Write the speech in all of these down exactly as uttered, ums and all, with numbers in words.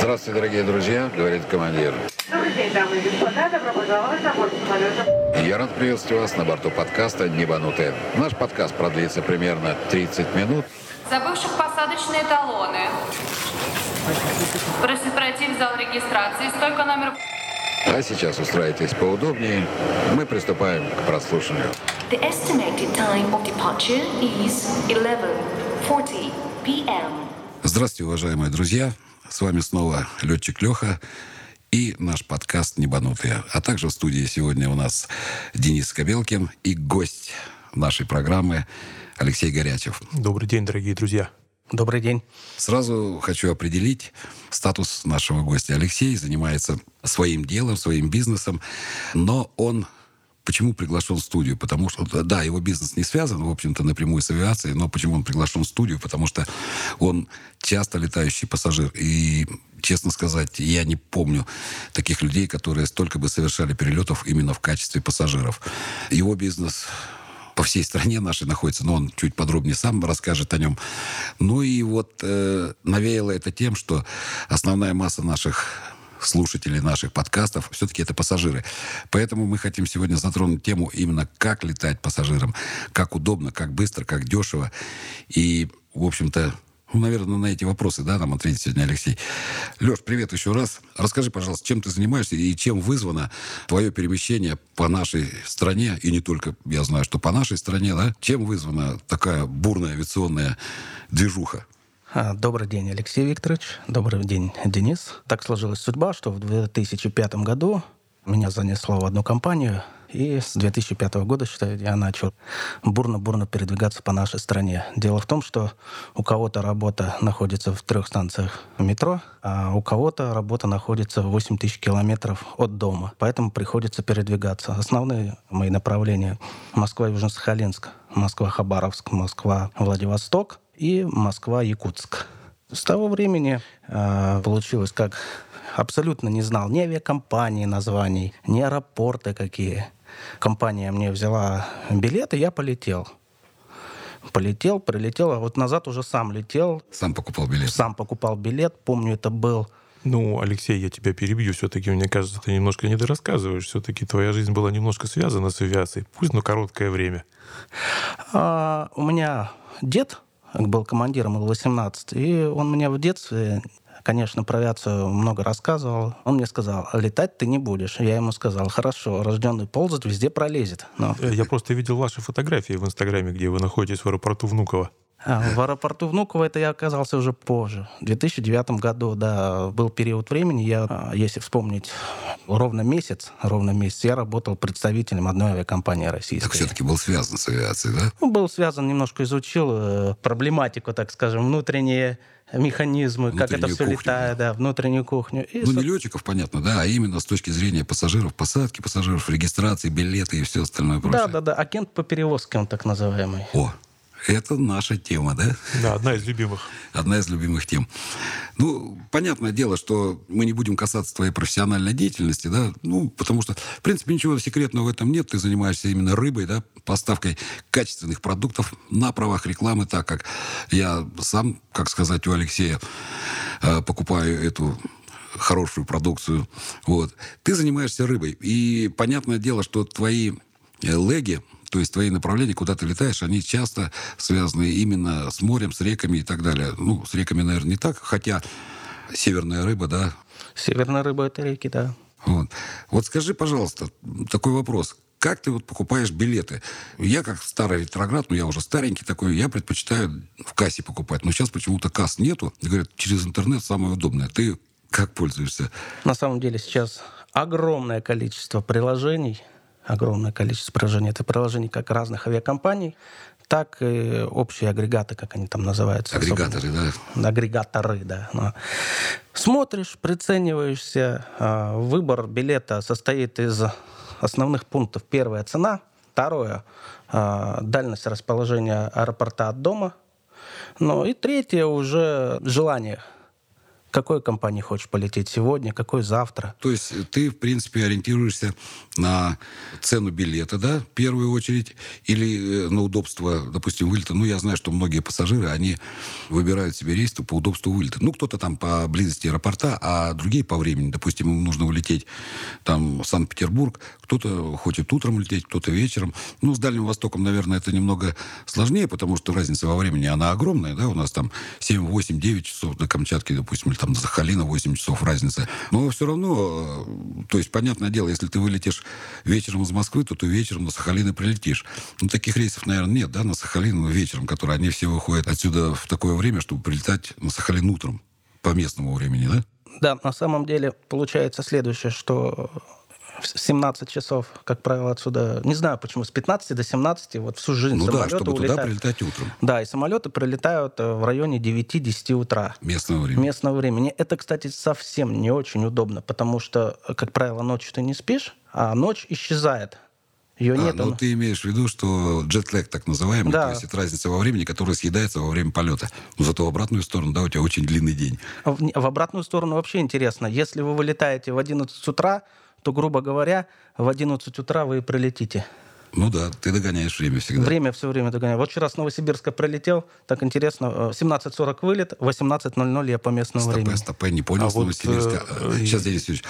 Здравствуйте, дорогие друзья, говорит командир. Добрый день, дамы и господа. Добро пожаловать на борт самолета. Я рад приветствовать вас на борту подкаста «Небанутые». Наш подкаст продлится примерно тридцать минут. Забывших посадочные талоны. Просит пройти в зал регистрации. Стойка номер... А сейчас устраивайтесь поудобнее. Мы приступаем к прослушиванию. The estimated time of departure is eleven forty p m Здравствуйте, уважаемые друзья. С вами снова летчик Леха и наш подкаст «Небанутые». А также в студии сегодня у нас Денис Кобелкин и гость нашей программы Алексей Горячев. Добрый день, дорогие друзья. Добрый день. Сразу хочу определить статус нашего гостя. Алексей занимается своим делом, своим бизнесом, но он... Почему приглашен в студию? Потому что, да, его бизнес не связан, в общем-то, напрямую с авиацией, но почему он приглашен в студию? Потому что он часто летающий пассажир. И, честно сказать, я не помню таких людей, которые столько бы совершали перелетов именно в качестве пассажиров. Его бизнес по всей стране нашей находится, но он чуть подробнее сам расскажет о нем. Ну и вот э, навеяло это тем, что основная масса наших слушателей наших подкастов все-таки это пассажиры. Поэтому мы хотим сегодня затронуть тему именно как летать пассажирам, как удобно, как быстро, как дешево. И, в общем-то, ну, наверное, на эти вопросы, да, нам ответит сегодня Алексей. Леш, привет еще раз. Расскажи, пожалуйста, чем ты занимаешься и чем вызвано твое перемещение по нашей стране, и не только, я знаю, что по нашей стране, да, чем вызвана такая бурная авиационная движуха? Добрый день, Алексей Викторович. Добрый день, Денис. Так сложилась судьба, что в две тысячи пятом году меня занесло в одну компанию, и с две тысячи пятого года, считаю, я начал бурно-бурно передвигаться по нашей стране. Дело в том, что у кого-то работа находится в трех станциях метро, а у кого-то работа находится в восемь тысяч километров от дома. Поэтому приходится передвигаться. Основные мои направления — Москва-Южно-Сахалинск, Москва-Хабаровск, Москва-Владивосток и Москва-Якутск. С того времени э, получилось, как абсолютно не знал ни авиакомпании названий, ни аэропорты какие. Компания мне взяла билет, и я полетел. Полетел, прилетел, а вот назад уже сам летел. Сам покупал билет? Сам покупал билет. Помню, это был... Ну, Алексей, я тебя перебью. Все-таки, мне кажется, ты немножко недорассказываешь. Все-таки твоя жизнь была немножко связана с авиацией. Пусть, но короткое время. А, у меня дед был командиром Ил восемнадцать, и он мне в детстве, конечно, про авиацию много рассказывал. Он мне сказал: летать ты не будешь. Я ему сказал: хорошо, рожденный ползать везде пролезет. Но... Я просто видел ваши фотографии в Инстаграме, где вы находитесь в аэропорту Внуково. А, в аэропорту Внуково это я оказался уже позже. В две тысячи девятом году, да, был период времени, я, если вспомнить, ровно месяц, ровно месяц я работал представителем одной авиакомпании российской. Так все-таки был связан с авиацией, да? Ну, был связан, немножко изучил э, проблематику, так скажем, внутренние механизмы, внутреннюю как это все кухню, летает, да, внутреннюю кухню. И, ну, не летчиков, понятно, да, а именно с точки зрения пассажиров, посадки пассажиров, регистрации, билеты и все остальное прочее. Да, да, да, агент по перевозке, он так называемый. О, это наша тема, да? Да, одна из любимых. Одна из любимых тем. Ну, понятное дело, что мы не будем касаться твоей профессиональной деятельности, да, ну, потому что, в принципе, ничего секретного в этом нет. Ты занимаешься именно рыбой, да, поставкой качественных продуктов на правах рекламы, так как я сам, как сказать, у Алексея покупаю эту хорошую продукцию. Вот. Ты занимаешься рыбой. И понятное дело, что твои леги, то есть твои направления, куда ты летаешь, они часто связаны именно с морем, с реками и так далее. Ну, с реками, наверное, не так, хотя северная рыба, да. Северная рыба — это реки, да. Вот. Вот скажи, пожалуйста, такой вопрос. Как ты вот покупаешь билеты? Я, как старый ретроград, ну, я уже старенький такой, я предпочитаю в кассе покупать. Но сейчас почему-то касс нету. Говорят, через интернет самое удобное. Ты как пользуешься? На самом деле сейчас огромное количество приложений, огромное количество приложений. Это приложения как разных авиакомпаний, так и общие агрегаты, как они там называются. Агрегаторы, особенно. Да? Агрегаторы, да. Но смотришь, прицениваешься. Выбор билета состоит из основных пунктов. Первое — цена. Второе — дальность расположения аэропорта от дома. Ну и третье — уже желание какой компании хочешь полететь сегодня, какой завтра. То есть ты, в принципе, ориентируешься на цену билета, да, в первую очередь, или на удобство, допустим, вылета. Ну, я знаю, что многие пассажиры, они выбирают себе рейс по удобству вылета. Ну, кто-то там по близости аэропорта, а другие по времени. Допустим, им нужно улететь там в Санкт-Петербург. Кто-то хочет утром улететь, кто-то вечером. Ну, с Дальним Востоком, наверное, это немного сложнее, потому что разница во времени, она огромная, да, у нас там семь, восемь, девять часов на Камчатке, допустим, или там на Сахалина восемь часов разница. Но все равно, то есть, понятное дело, если ты вылетишь вечером из Москвы, то ты вечером на Сахалин и прилетишь. Ну, таких рейсов, наверное, нет, да, на Сахалин вечером, которые они все выходят отсюда в такое время, чтобы прилетать на Сахалин утром по местному времени, да? Да, на самом деле получается следующее, что в семнадцать часов, как правило, отсюда, не знаю почему, с пятнадцати до семнадцати, вот всю жизнь ну самолеты да, чтобы улетают. туда прилетать утром. Да, и самолеты прилетают в районе девяти-десяти утра. Местного времени. Местного времени. Это, кстати, совсем не очень удобно, потому что, как правило, ночью ты не спишь, а ночь исчезает. Ее а, нет. ну ты имеешь в виду, что джетлэг так называемый, да. то есть это разница во времени, которая съедается во время полета. Но зато в обратную сторону, да, у тебя очень длинный день. В, в обратную сторону вообще интересно. Если вы вылетаете в одиннадцать утра, то, грубо говоря, в одиннадцать утра вы и прилетите. Ну да, ты догоняешь время всегда. Время все время догоняю. Вот вчера с Новосибирска пролетел, так интересно, семнадцать сорок вылет, восемнадцать ноль ноль я по местному стопэ, времени. Стопэ, не понял, А с Новосибирска. вот, э, Сейчас, Денис Юрьевич,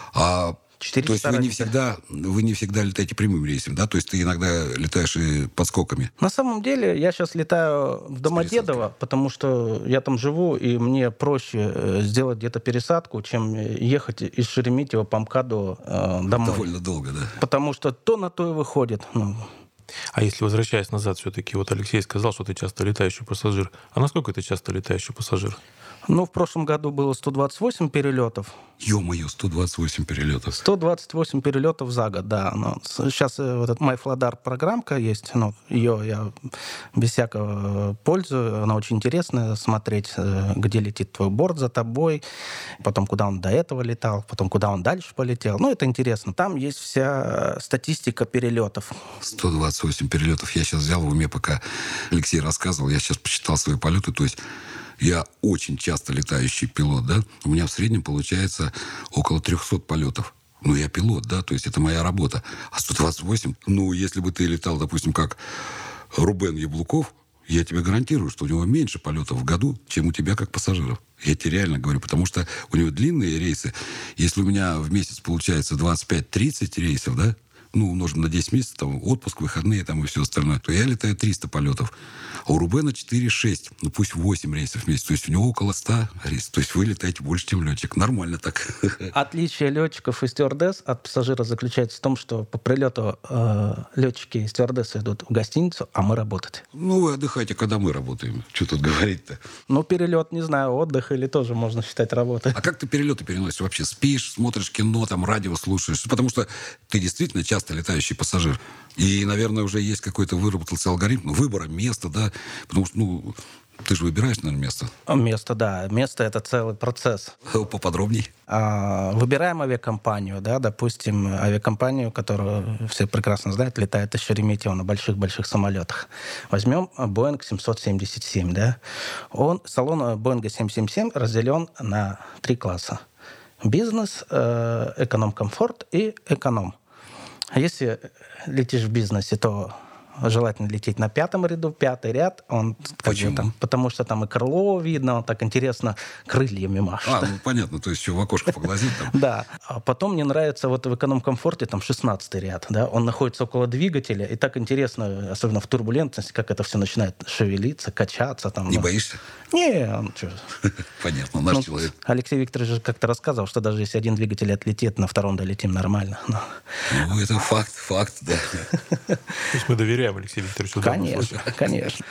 а четыре то есть вы не, всегда, вы не всегда летаете прямым рейсом, да? То есть ты иногда летаешь и подскоками? На самом деле я сейчас летаю в Домодедово, потому что я там живу, и мне проще сделать где-то пересадку, чем ехать из Шереметьево по МКАДу э, домой. Довольно долго, да? Потому что то на то и выходит. Ну, А если возвращаясь назад все-таки, вот Алексей сказал, что ты часто летающий пассажир. А насколько ты часто летающий пассажир? ну, в прошлом году было сто двадцать восемь перелетов. Ё-моё, сто двадцать восемь перелетов. сто двадцать восемь перелетов за год, да. Но сейчас вот эта MyFladar программка есть, ну, ее я без всякого пользую. Она очень интересная, смотреть, где летит твой борт за тобой, потом куда он до этого летал, потом куда он дальше полетел. Ну, это интересно. Там есть вся статистика перелетов. сто двадцать восемь перелетов. Я сейчас взял в уме, пока Алексей рассказывал, я сейчас посчитал свои полеты, то есть я очень часто летающий пилот, да? У меня в среднем получается около триста полетов. Ну, я пилот, да, то есть это моя работа. А сто двадцать восемь, ну, если бы ты летал, допустим, как Рубен Яблуков, я тебе гарантирую, что у него меньше полетов в году, чем у тебя как пассажиров. Я тебе реально говорю, потому что у него длинные рейсы. Если у меня в месяц получается двадцать пять тридцать рейсов, да, ну, умножим на десять месяцев, там, отпуск, выходные там и все остальное, то я летаю триста полетов. А у Рубена четыре-шесть, ну, пусть восемь рейсов в месяц. То есть у него около ста рейсов. То есть вы летаете больше, чем летчик. Нормально так. Отличие летчиков и стюардесс от пассажира заключается в том, что по прилету э, летчики и стюардессы идут в гостиницу, а мы работать. Ну, вы отдыхайте, когда мы работаем. Что тут говорить-то? Ну, перелет, не знаю, отдых или тоже можно считать работой. А как ты перелеты переносишь вообще? Спишь, смотришь кино, там, радио слушаешь? Потому что ты действительно часто летающий пассажир. И, наверное, уже есть какой-то выработался алгоритм выбора места, да? Потому что, ну, ты же выбираешь, наверное, место. Место, да. Место — это целый процесс. Поподробней. А, выбираем авиакомпанию, да, допустим, авиакомпанию, которую все прекрасно знают, летает из Шереметьево на больших-больших самолетах. Возьмем Boeing семьсот семьдесят семь, да. Он, салон Boeing семьсот семьдесят семь разделен на три класса. Бизнес, э, эконом-комфорт и эконом. А если летишь в бизнесе, то желательно лететь на пятом ряду, пятый ряд. Он, Почему? Там, потому что там и крыло видно, он так интересно крыльями машет. А, ну понятно, то есть еще в окошко поглазеть там. Да. А потом мне нравится вот в эконом-комфорте там шестнадцатый ряд, да, он находится около двигателя, и так интересно, особенно в турбулентности, как это все начинает шевелиться, качаться. Там, Не ну. боишься? Не, он что... Понятно, наш Ну, человек. Алексей Викторович же как-то рассказывал, что даже если один двигатель отлетит, на втором долетим нормально. Но... Ну, это факт, факт, да. То есть мы доверяем Алексею Викторовичу в данном Конечно, случае. конечно.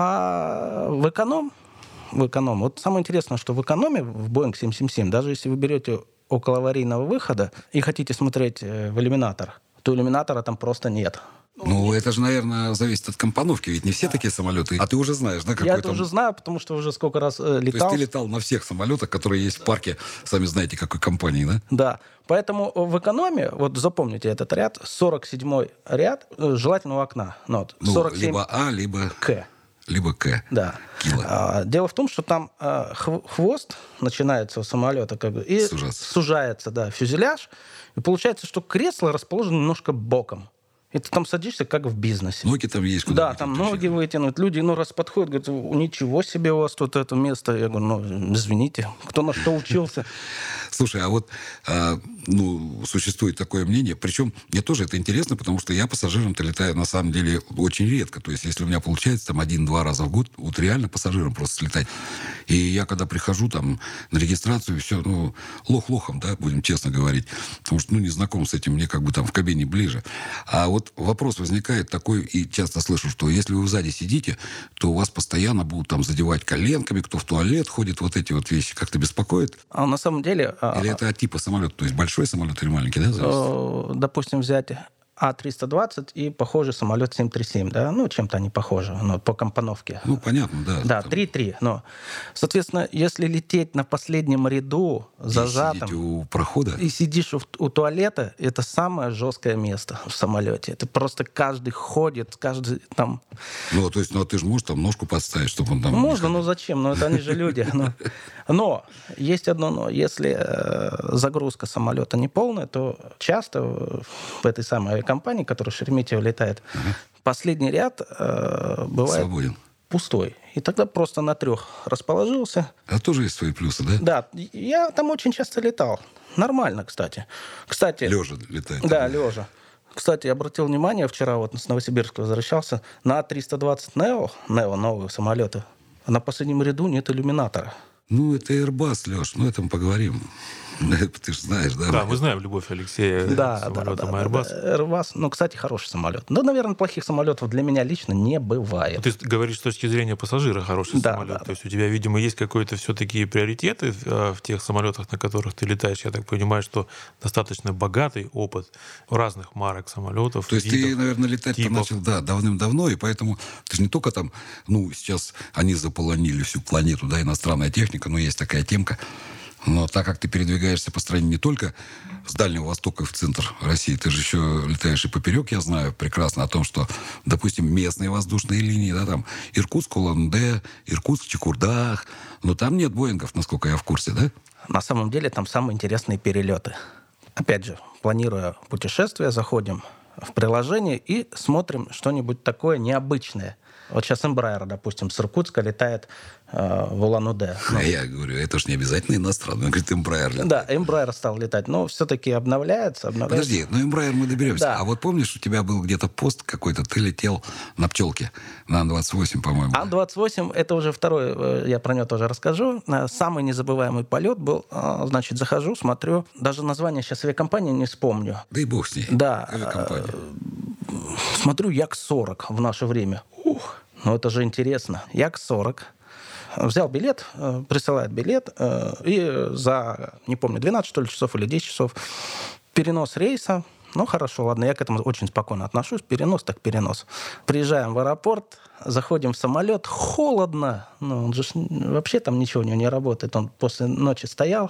А в эконом, в эконом, вот самое интересное, что в экономе, в Boeing семьсот семьдесят семь, даже если вы берете около аварийного выхода и хотите смотреть в иллюминатор, то иллюминатора там просто нет. Ну, это же, наверное, зависит от компоновки, ведь не все такие самолеты. А ты уже знаешь, да, какой Я это там... уже знаю, потому что уже сколько раз э, То есть летал. ты летал на всех самолетах, которые есть в парке, сами знаете, какой компании, да? Да. Поэтому в экономе, вот запомните этот ряд, сорок седьмой ряд э, желательно у окна. Ну, вот, Ну, сорок семь либо А, либо... К. либо К. Да. Кило. А, дело в том, что там а, хв- хвост начинается у самолета как бы, и Сужаться. сужается, да, фюзеляж. И получается, что кресло расположено немножко боком. И ты там садишься, как в бизнесе. Ноги там есть куда Да, вытянуть там вообще. ноги вытянуть. Люди, ну, раз подходят, говорят, ничего себе у вас тут это место. Я говорю, ну, извините, кто на что учился. Слушай, а вот а, ну, существует такое мнение, причем мне тоже это интересно, потому что я пассажиром-то летаю на самом деле очень редко. То есть, если у меня получается там один-два раза в год, вот реально пассажиром просто слетать. И я когда прихожу там на регистрацию, все, ну, лох лохом, да, будем честно говорить. Потому что, ну, не знаком с этим, мне как бы там в кабине ближе. А вот вопрос возникает такой, и часто слышу, что если вы сзади сидите, то у вас постоянно будут там задевать коленками, кто в туалет ходит, вот эти вот вещи. Как-то беспокоит? А на самом деле... Или это от типа самолета? То есть большой самолет или маленький, да? зависит? э, допустим, взять А триста двадцать и похожий самолет семь тридцать семь, да, ну, чем-то они похожи, ну, по компоновке. Ну, понятно, да. Да, Там- три три, но, соответственно, если лететь на последнем ряду, и зажатым, сидите у прохода. и сидишь у, у туалета, это самое жесткое место в самолете. Это просто каждый ходит, каждый там... Ну, то есть, ну, а ты же можешь там ножку подставить, чтобы он там... Можно, но зачем? Ну, это они же люди. Но, но есть одно но. Если э, загрузка самолета не полная, то часто в этой самой авиакомпании, которая в Шереметьево летает, последний ряд э, бывает Свободен. пустой. И тогда просто на трех расположился. А тоже есть свои плюсы, да? Да, я там очень часто летал. Нормально, кстати. Кстати, Лежа летает. да, лежа. Кстати, я обратил внимание, вчера вот с Новосибирска возвращался, на А триста двадцать нео, нео новые самолеты, на последнем ряду нет иллюминатора. Ну, это Airbus, Леш, ну, это мы поговорим. Ты же знаешь, да? Да, мы знаем любовь Алексея к Да, да, самолетам да, Airbus. да. Airbus, ну, кстати, хороший самолет. Ну, наверное, плохих самолетов для меня лично не бывает. Ты говоришь с точки зрения пассажира хороший Да, самолет. да, То есть у тебя, видимо, есть какой-то все-таки приоритеты в, в тех самолетах, на которых ты летаешь. Я так понимаю, что достаточно богатый опыт разных марок самолетов. То есть видов, ты, наверное, летать-то типов. начал, да, давным-давно, и поэтому ты же не только там, ну, сейчас они заполонили всю планету, да, иностранная техника, но есть такая темка. Но так как ты передвигаешься по стране не только с Дальнего Востока в центр России, ты же еще летаешь и поперек, я знаю прекрасно о том, что, допустим, местные воздушные линии, да, там Иркутск-Улан-Удэ, Иркутск-Чекурдах, но там нет Боингов, насколько я в курсе, да? На самом деле там самые интересные перелеты. Опять же, планируя путешествие, заходим в приложение и смотрим что-нибудь такое необычное. Вот сейчас Embraer, допустим, с Иркутска летает э, в Улан-Удэ. А я говорю, это же не обязательно иностранный. Он говорит, Embraer летает. Да, Embraer стал летать, но все-таки обновляется, обновляется. Подожди, ну Embraer мы доберемся. Да. А вот помнишь, у тебя был где-то пост какой-то, ты летел на пчелке, на Ан двадцать восемь, по-моему. Ан двадцать восемь, это уже второй, э, я про него тоже расскажу. Э, Самый незабываемый полет был, э, значит, захожу, смотрю, даже название сейчас авиакомпании не вспомню. Да и бог с ней. Да. Авиакомпания. Смотрю, Як сорок в наше время. Ух, ну это же интересно. Як сорок. Взял билет, э, присылает билет, э, и за, не помню, двенадцать, что ли, часов или десять часов перенос рейса. Ну, хорошо, ладно, я к этому очень спокойно отношусь. Перенос так перенос. Приезжаем в аэропорт, заходим в самолет, холодно. Ну, он же ж вообще там ничего у него не работает. Он после ночи стоял.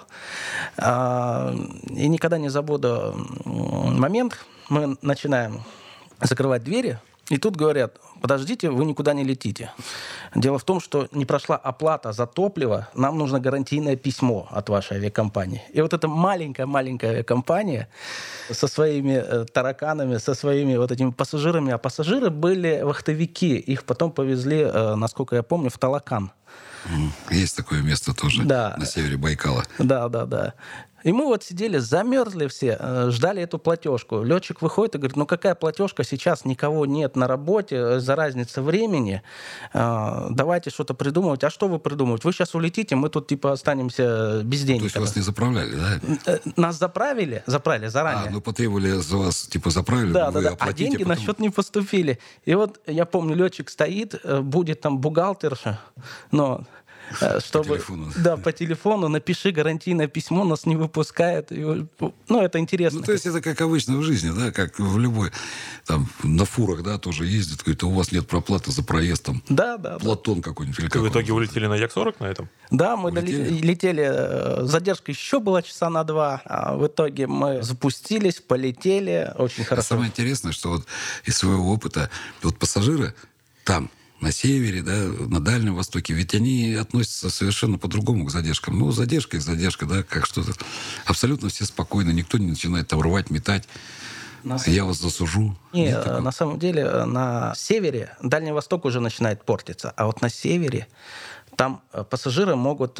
А, и никогда не забуду момент. Мы начинаем закрывать двери, и тут говорят, подождите, вы никуда не летите. Дело в том, что не прошла оплата за топливо, нам нужно гарантийное письмо от вашей авиакомпании. И вот эта маленькая-маленькая авиакомпания со своими э, тараканами, со своими вот этими пассажирами, а пассажиры были вахтовики, их потом повезли, э, насколько я помню, в Талакан. Есть такое место тоже Да. на севере Байкала. Да, да, да. И мы вот сидели, замерзли все, э, ждали эту платежку. Летчик выходит и говорит, ну какая платежка, сейчас никого нет на работе, за разница времени, э, давайте что-то придумывать. А что вы придумываете? Вы сейчас улетите, мы тут типа останемся без денег. То есть вас не заправляли, да? Э, Нас заправили, заправили заранее. А, ну потребовали за вас, типа, заправили, Да, вы да, да. А оплатите, деньги потом- на счет не поступили. И вот я помню, летчик стоит, э, будет там бухгалтерша, но э, чтобы... телефону. Да, по телефону, напиши гарантийное письмо, нас не выпускают. И, ну, это интересно. Ну, то есть это как обычно в жизни, да, как в любой, там, на фурах, да, тоже ездят, говорят, у вас нет проплаты за проезд, там, Да, да, да. Платон какой-нибудь. Или Ты в как итоге он улетели на Як сорок на этом? Да, мы Улетели? доли- летели, э, задержка еще была часа на два. А в итоге мы запустились, полетели, очень А хорошо. самое интересное, что вот из своего опыта, вот пассажиры там, на севере, да, на Дальнем Востоке, ведь они относятся совершенно по-другому к задержкам. Ну, задержка и задержка, да, как что-то. Абсолютно все спокойно, никто не начинает там рвать, метать. На Я вас засужу. Не, на самом деле на севере Дальний Восток уже начинает портиться, а вот на севере там пассажиры могут...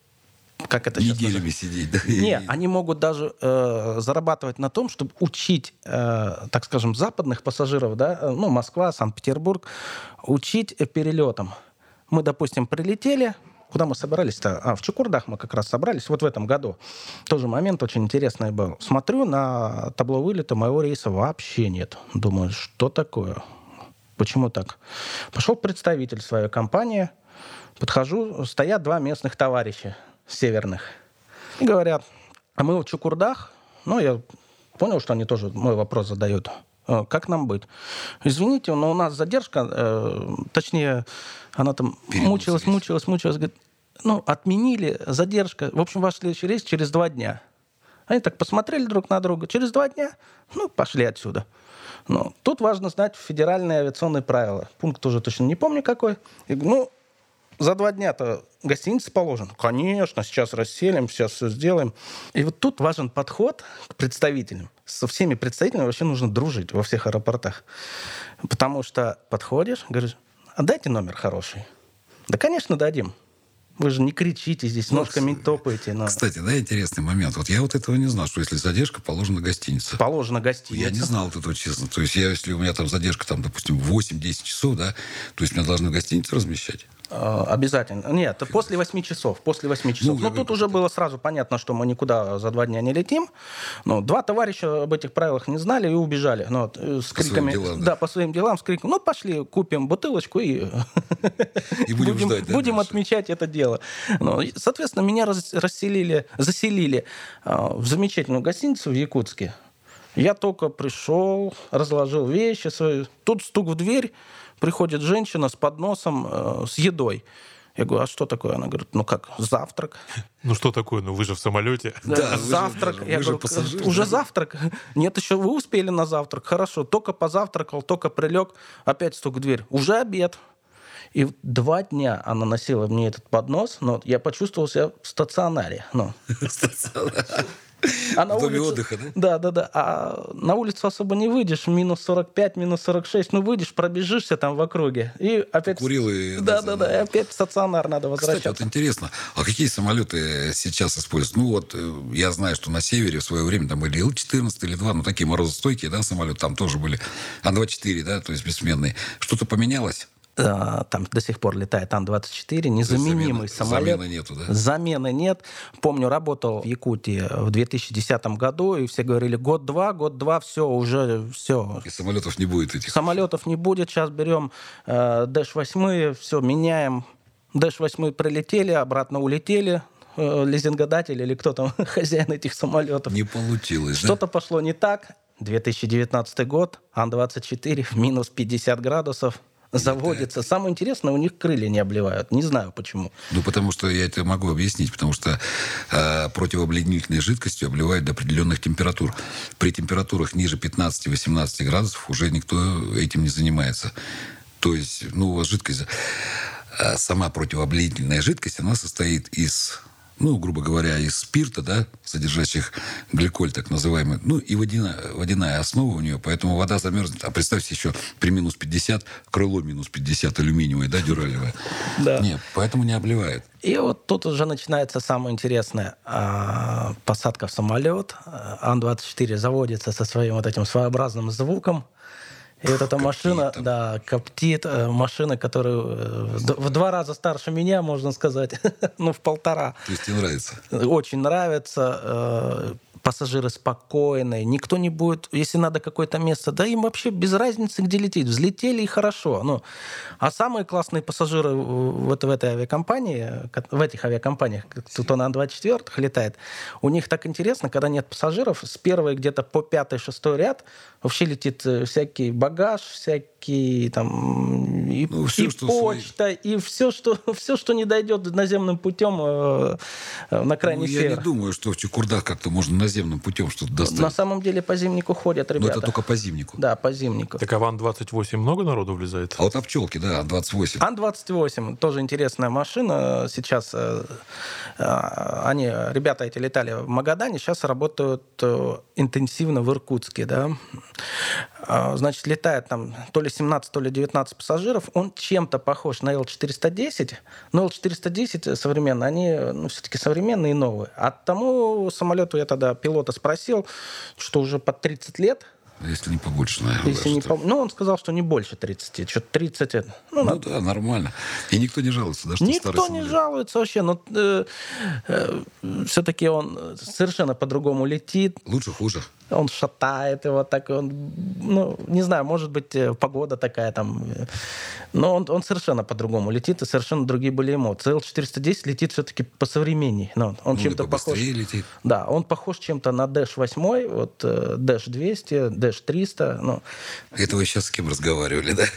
Как это неделями сидеть, да? Не, они могут даже э, зарабатывать на том, чтобы учить, э, так скажем, западных пассажиров, да, ну, Москва, Санкт-Петербург, учить перелетам. Мы, допустим, прилетели, куда мы собрались-то? А, в Чукурдах мы как раз собрались, вот в этом году. Тоже момент очень интересный был. Смотрю, на табло вылета моего рейса вообще нет. Думаю, что такое? Почему так? Пошел представитель своей компании, подхожу, стоят два местных товарища северных. И говорят, а мы в Чукурдах. Ну, я понял, что они тоже мой вопрос задают. Как нам быть? Извините, но у нас задержка, э, точнее, она там мучилась, мучилась, мучилась. Говорит, ну, отменили, задержка. В общем, ваш следующий рейс через два дня. Они так посмотрели друг на друга. Через два дня, ну, пошли отсюда. Но тут важно знать федеральные авиационные правила. Пункт уже точно не помню какой. И, ну, за два дня-то гостиница положена. Конечно, сейчас расселим, сейчас все сделаем. И вот тут важен подход к представителям. Со всеми представителями вообще нужно дружить во всех аэропортах. Потому что подходишь, говоришь, а дайте номер хороший. Да, конечно, дадим. Вы же не кричите здесь, ну, ножками топаете. Но... Кстати, да, интересный момент. Вот я вот этого не знал, что если задержка, положена гостиница. Положена гостиница. Я не знал вот этого, честно. То есть я, если у меня там задержка, там, допустим, восемь-десять часов, да, то есть меня должны в гостинице размещать. Обязательно. Нет, после восьми часов. После восьми часов. Ну, ну тут уже было сразу понятно, что мы никуда за два дня не летим. Но два товарища об этих правилах не знали и убежали. Ну, с по криками, своим делам, да. да, по своим делам, с криком, ну, пошли, купим бутылочку и, и будем, будем, ждать, да, будем дальше. Отмечать это дело. Ну, соответственно, меня расселили, заселили в замечательную гостиницу в Якутске. Я только пришел, разложил вещи свои. Тут стук в дверь. Приходит женщина с подносом, э, с едой. Я говорю, а что такое? Она говорит, ну как, завтрак. Ну что такое? Ну вы же в самолете. Да, да завтрак. Же, Я говорю, уже да? завтрак? Нет, еще вы успели на завтрак. Хорошо, только позавтракал, только прилег. Опять стук в дверь. Уже обед. И два дня она носила мне этот поднос, но я почувствовал себя в стационаре. Ну. А на в доме улице... отдыха, да? Да, да, да. А на улицу особо не выйдешь. Минус сорок пять, минус сорок шесть. Ну, выйдешь, пробежишься там в округе. И опять... Курил и... Да, да, да. И опять в стационар надо возвращаться. Кстати, вот интересно, а какие самолеты сейчас используют? Ну, вот я знаю, что на севере в свое время там были Ил четырнадцать или два, ну, такие морозостойкие, да, самолеты. Там тоже были Ан двадцать четыре, да, то есть бессменные. Что-то поменялось? Там до сих пор летает Ан двадцать четыре, незаменимый замены, самолет. Замены нету, да? Замены нет. Помню, работал в Якутии в две тысячи десятом году, и все говорили, год-два, год-два, все, уже все. И самолетов не будет этих. Самолетов не будет, сейчас берем э, Дэш восемь, все, меняем. Дэш восемь прилетели, обратно улетели. Э, лизингодатель или кто там, хозяин этих самолетов. Не получилось, Что-то да? пошло не так. две тысячи девятнадцатый год, Ан двадцать четыре в минус пятьдесят градусов. Заводится. Самое интересное, у них крылья не обливают. Не знаю, почему. Ну, потому что я это могу объяснить. Потому что э, противообледенительной жидкостью обливают до определенных температур. При температурах ниже пятнадцати-восемнадцати градусов уже никто этим не занимается. То есть, ну, у вас жидкость... Э, сама противообледенительная жидкость, она состоит из... ну, грубо говоря, из спирта, да, содержащих гликоль, так называемый, ну, и водяная, водяная основа у нее, поэтому вода замерзнет. А представьте еще при минус пятьдесят, крыло минус пятьдесят алюминиевое, да, дюралевое. Да. Нет, поэтому не обливают. И вот тут уже начинается самое интересное. Посадка в самолет. Ан двадцать четыре заводится со своим вот этим своеобразным звуком. И вот эта машина, там. да, коптит. Машина, которая в два раза старше меня, можно сказать. Ну, в полтора. То есть тебе нравится? Очень нравится. Пассажиры спокойные. Никто не будет, если надо какое-то место, да им вообще без разницы, где лететь. Взлетели и хорошо. Ну, а самые классные пассажиры вот в этой авиакомпании, в этих авиакомпаниях, кто на Ан двадцать четыре летает, у них так интересно, когда нет пассажиров, с первой где-то по пятый-шестой ряд вообще летит всякий багаж, всякие выставки, там, и, Ну, всё, и что почта, и все что, все, что не дойдет наземным путем э, э, на крайний Ну, я север. не думаю, что в Чукурдах как-то можно наземным путем что-то доставить. На самом деле по зимнику ходят Но ребята. это только по зимнику. Да, по зимнику. Так а в Ан двадцать восемь много народу влезает? А вот на пчелке, да, двадцать восемь. Ан двадцать восемь тоже интересная машина. Сейчас э, э, они, ребята эти летали в Магадане, сейчас работают э, интенсивно в Иркутске, да. Э, значит, летает там то ли семнадцать, то ли девятнадцать пассажиров. Он чем-то похож на Эл четыреста десять, но Эл четыреста десять современные, они ну, все-таки современные и новые. А тому самолету я тогда пилота спросил, что уже под тридцать лет. Если не побольше, наверное. Если не пом- Ну, он сказал, что не больше тридцати. Что-то тридцать. Ну, Ну надо- да, нормально. И никто не жалуется, да, что старый Никто не самолет. жалуется вообще, но э, э, все-таки он совершенно по-другому летит. Лучше, хуже. Он шатает его так, он, ну, не знаю, может быть, э, погода такая там. э, Но он, он совершенно по-другому летит, и совершенно другие были эмоции. Эл четыреста десять летит все-таки посовременней. Ну, он Ну, и чем-то похож. побыстрее летит. Да, он похож чем-то на Дэш восемь, вот э, Дэш двести, Дэш триста. Ну, Это вы сейчас с кем разговаривали, да?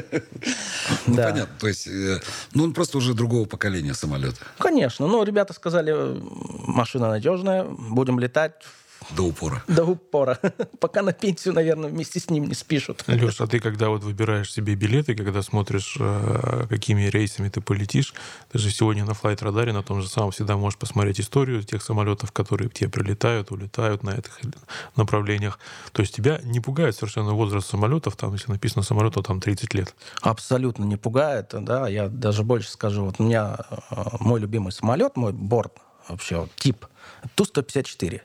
Ну, Да. понятно. То есть, э, ну, он просто уже другого поколения самолета. конечно. Ну, ребята сказали, э, машина надежная, будем летать До упора. до упора. Пока на пенсию, наверное, вместе с ним не спишут. Леш, а ты когда вот выбираешь себе билеты, когда смотришь, э, какими рейсами ты полетишь, ты же сегодня на флайт-радаре на том же самом всегда можешь посмотреть историю тех самолетов, которые к тебе прилетают, улетают на этих направлениях. То есть тебя не пугает совершенно возраст самолетов, там, если написано самолету, там тридцать лет. Абсолютно не пугает. Да, я даже больше скажу. Вот у меня э, мой любимый самолет, мой борт, вообще вот, тип, Ту сто пятьдесят четыре.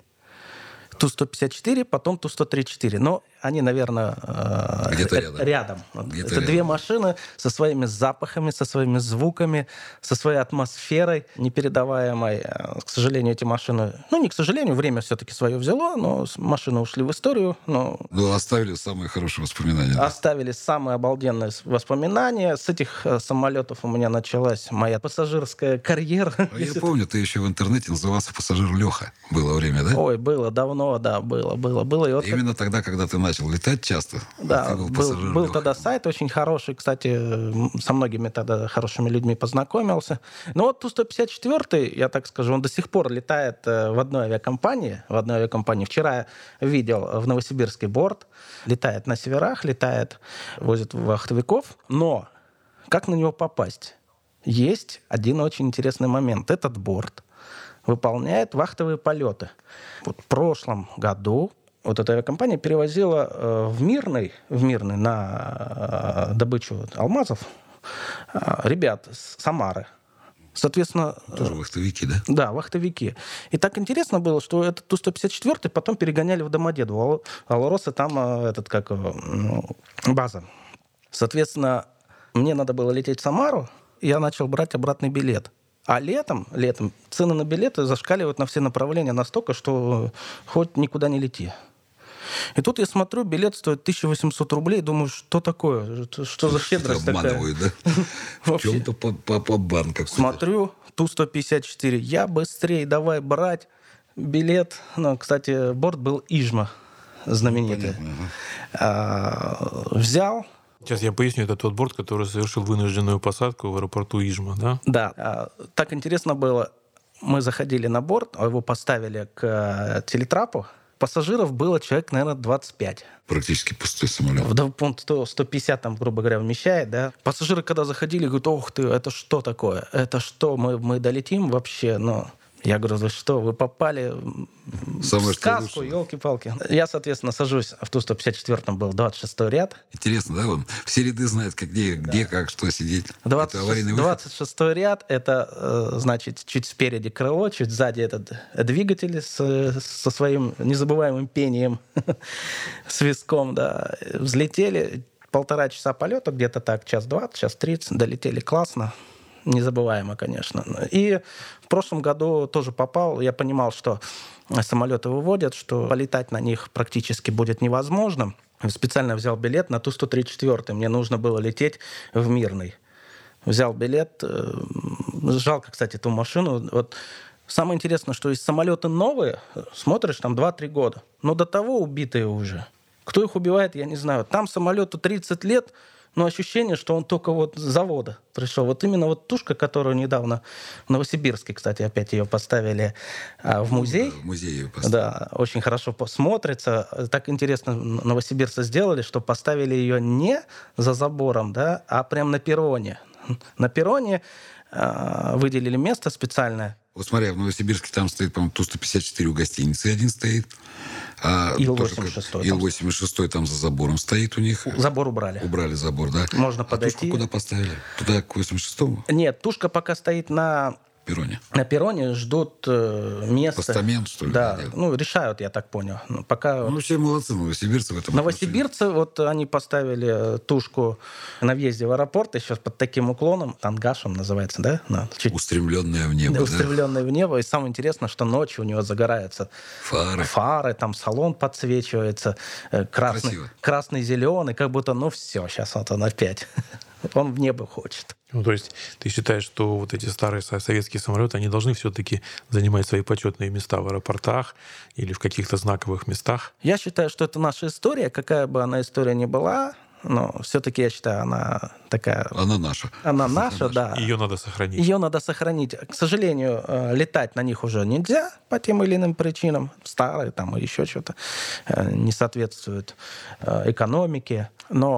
Ту сто пятьдесят четыре, потом Ту сто тридцать четыре. Но они, наверное, э, Где-то э, рядом. рядом. Где-то Это рядом. две машины со своими запахами, со своими звуками, со своей атмосферой непередаваемой. Э, К сожалению, эти машины... Ну, не к сожалению, время все-таки свое взяло, но с- машины ушли в историю. Но Ну, оставили самые хорошие воспоминания. да. оставили самые обалденные с- воспоминания. С этих э, самолетов у меня началась моя пассажирская карьера. А я помню, ты еще в интернете назывался пассажир Леха. Было время, да? Ой, было давно, да, было, было, было. И вот Именно тогда, когда ты начал летать часто, да, ты был был, пассажир был Леха. тогда сайт очень хороший, кстати, м, со многими тогда хорошими людьми познакомился. Но вот Ту сто пятьдесят четыре, я так скажу, он до сих пор летает э, в одной авиакомпании. В одной авиакомпании. Вчера я видел в Новосибирске борт. Летает на северах, летает, возит вахтовиков. Но как на него попасть? Есть один очень интересный момент. Этот борт выполняет вахтовые полеты. Вот в прошлом году вот эта авиакомпания перевозила э, в Мирный, в Мирный на э, добычу алмазов э, ребят с Самары. Соответственно, Тоже вахтовики, да? да, вахтовики. И так интересно было, что этот Ту сто пятьдесят четыре потом перегоняли в Домодедово. А Алроса там э, этот, как, э, ну, база. Соответственно, мне надо было лететь в Самару, и я начал брать обратный билет. А летом, летом цены на билеты зашкаливают на все направления настолько, что хоть никуда не лети. И тут я смотрю, билет стоит тысяча восемьсот рублей, думаю, что такое? Что за щедрость такая? Обманывают, да? В Вообще. чем-то по, по, по бан какой-то. Смотрю, Ту сто пятьдесят четыре. Я быстрее давай брать билет. Ну, кстати, борт был Ижма знаменитый. Понятно, ага. А, взял. Сейчас я поясню, это тот борт, который совершил вынужденную посадку в аэропорту Ижма, да? Да. А, так интересно было. Мы заходили на борт, его поставили к э, телетрапу. Пассажиров было человек, наверное, двадцать пять. Практически пустой самолет. В пункт сто пятьдесят, там, грубо говоря, вмещает, да. Пассажиры, когда заходили, говорят, ох ты, это что такое? Это что, мы, мы долетим вообще? Ну, я говорю, вы что, вы попали Самое в что сказку, лучше. елки-палки. Я, соответственно, сажусь в Ту сто пятьдесят четыре, был двадцать шестой ряд. Интересно, да? Он все ряды знает, как, где, где, как, что сидеть. Это аварийный выход. двадцать шестой ряд, это, э, значит, чуть спереди крыло, чуть сзади этот двигатель с, со своим незабываемым пением, свистком, да. Взлетели, полтора часа полета, где-то так, час двадцать, час тридцать, долетели классно. Незабываемо, конечно. И в прошлом году тоже попал. Я понимал, что самолеты выводят, что полетать на них практически будет невозможно. Специально взял билет на Ту сто тридцать четыре. Мне нужно было лететь в Мирный. Взял билет. Жалко, кстати, ту машину. Вот самое интересное, что из самолеты новые, смотришь, там два-три года. Но до того убитые уже. Кто их убивает, я не знаю. Там самолету тридцать лет, но ощущение, что он только вот с завода пришел. Вот именно вот тушка, которую недавно в Новосибирске, кстати, опять ее поставили а, в музей. Да, в музей ее поставили. Да, очень хорошо смотрится. Так интересно новосибирцы сделали, что поставили ее не за забором, да, а прямо на перроне. На перроне а, выделили место специальное. Вот смотри, в Новосибирске там стоит, по-моему, Ту сто пятьдесят четыре у гостиницы один стоит. А Ил восемьдесят шесть. Ил восемьдесят шесть там за забором стоит у них. Забор убрали. Убрали забор, да. Можно а подойти. Тушку куда поставили? Туда, к восемьдесят шестому? Нет, тушка пока стоит на... перроне. На перроне ждут э, место. Постамент, что ли? Да, делают? ну, решают, я так понял. Ну, пока... Ну, все молодцы, новосибирцы в этом. Новосибирцы, вот они поставили тушку на въезде в аэропорт, еще под таким уклоном, тангашем называется, да? На, чуть... Устремленная в небо, да? Устремленная в небо. И самое интересное, что ночью у него загораются фары. Фары, там салон подсвечивается, красный, Красиво. красный, зеленый, как будто, ну все, сейчас вот он опять. Он в небо хочет. Ну, то есть ты считаешь, что вот эти старые советские самолеты, они должны все-таки занимать свои почетные места в аэропортах или в каких-то знаковых местах? Я считаю, что это наша история, какая бы она история ни была, но все-таки я считаю, она такая... Она наша. Она наша, да. Ее надо сохранить. Ее надо сохранить. К сожалению, летать на них уже нельзя по тем или иным причинам. Старые там и еще что-то не соответствует экономике.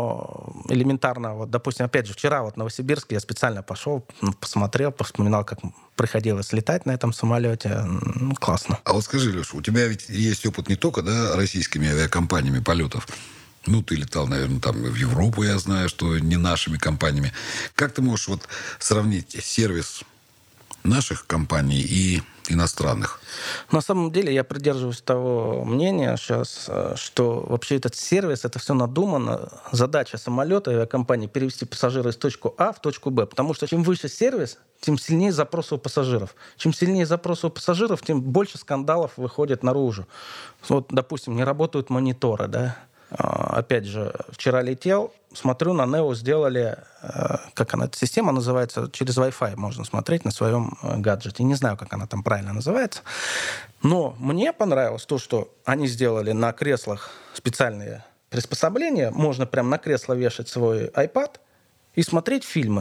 Но элементарно, вот, допустим, опять же, вчера вот в Новосибирске я специально пошел, посмотрел, вспоминал, как приходилось летать на этом самолете. Ну, классно. А вот скажи, Леша, у тебя ведь есть опыт не только, да, российскими авиакомпаниями полетов. Ну, ты летал, наверное, там в Европу, я знаю, что не нашими компаниями. Как ты можешь вот сравнить сервис наших компаний и иностранных? На самом деле я придерживаюсь того мнения сейчас, что вообще этот сервис, это все надумано. Задача самолета и авиакомпании перевести пассажира из точки А в точку Б. Потому что чем выше сервис, тем сильнее запросы у пассажиров. Чем сильнее запросы у пассажиров, тем больше скандалов выходит наружу. Вот, допустим, не работают мониторы, да. Опять же, вчера летел, смотрю, на Нео сделали, как она, эта система называется, через Wi-Fi можно смотреть на своем гаджете. Не знаю, как она там правильно называется. Но мне понравилось то, что они сделали на креслах специальные приспособления. Можно прямо на кресло вешать свой iPad и смотреть фильмы.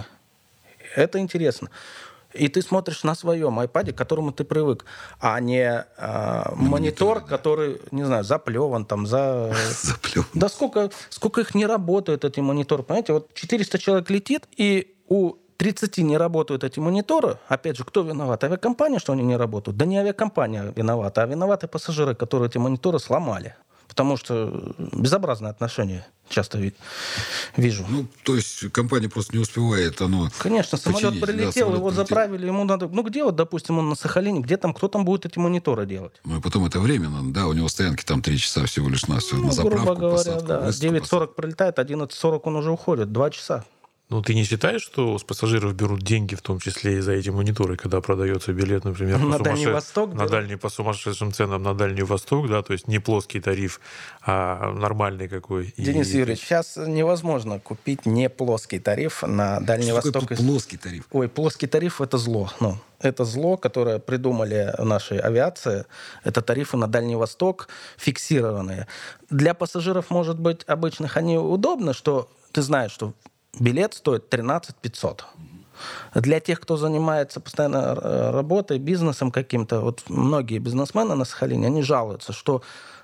Это интересно. И ты смотришь на своем iPad, к которому ты привык, а не э, монитор, да. который, не знаю, заплеван, там, за... Заплеван. Да сколько, сколько их не работают, эти мониторы, понимаете? Вот четыреста человек летит, и у тридцати не работают эти мониторы. Опять же, кто виноват? Авиакомпания, что они не работают? Да не авиакомпания виновата, а виноваты пассажиры, которые эти мониторы сломали. Потому что безобразное отношение часто ви- вижу. Ну, то есть компания просто не успевает. Оно Конечно, самолет починить. прилетел, Да, самолет его прилетел. заправили, ему надо... Ну, где вот, допустим, он на Сахалине, где там, кто там будет эти мониторы делать? Ну, и потом это временно, да, у него стоянки там три часа всего лишь на все, Ну, на заправку, грубо говоря, посадку, да. высадку, девять сорок прилетает, одиннадцать сорок он уже уходит, два часа. Ну, ты не считаешь, что с пассажиров берут деньги, в том числе и за эти мониторы, когда продается билет, например, На по, Дальний сумасше... Восток, на да? дальний, по сумасшедшим ценам на Дальний Восток, да, то есть не плоский тариф, а нормальный какой. Денис и... Юрьевич, сейчас невозможно купить не плоский тариф на Дальний Что Восток. такое плоский тариф? Ой, плоский тариф – это зло. Ну, это зло, которое придумали в нашей авиации. Это тарифы на Дальний Восток фиксированные. Для пассажиров, может быть, обычных они удобны, что ты знаешь, что билет стоит тринадцать пятьсот. Для тех, кто занимается постоянно работой, бизнесом каким-то, вот многие бизнесмены на Сахалине, они жалуются, что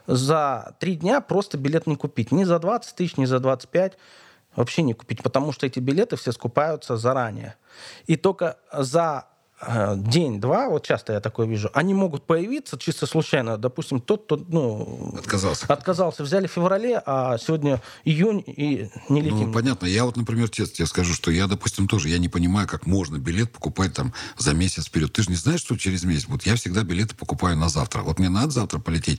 за три дня просто билет не купить. Ни за двадцать тысяч, ни за двадцать пять вообще не купить, потому что эти билеты все скупаются заранее. И только за день-два, вот часто я такое вижу, они могут появиться чисто случайно. Допустим, тот, кто ну, Отказался. отказался. Взяли в феврале, а сегодня июнь и не летим. Ну, понятно. Я вот, например, честно тебе скажу, что я, допустим, тоже, я не понимаю, как можно билет покупать там за месяц вперед. Ты же не знаешь, что через месяц будет. Я всегда билеты покупаю на завтра. Вот мне надо завтра полететь.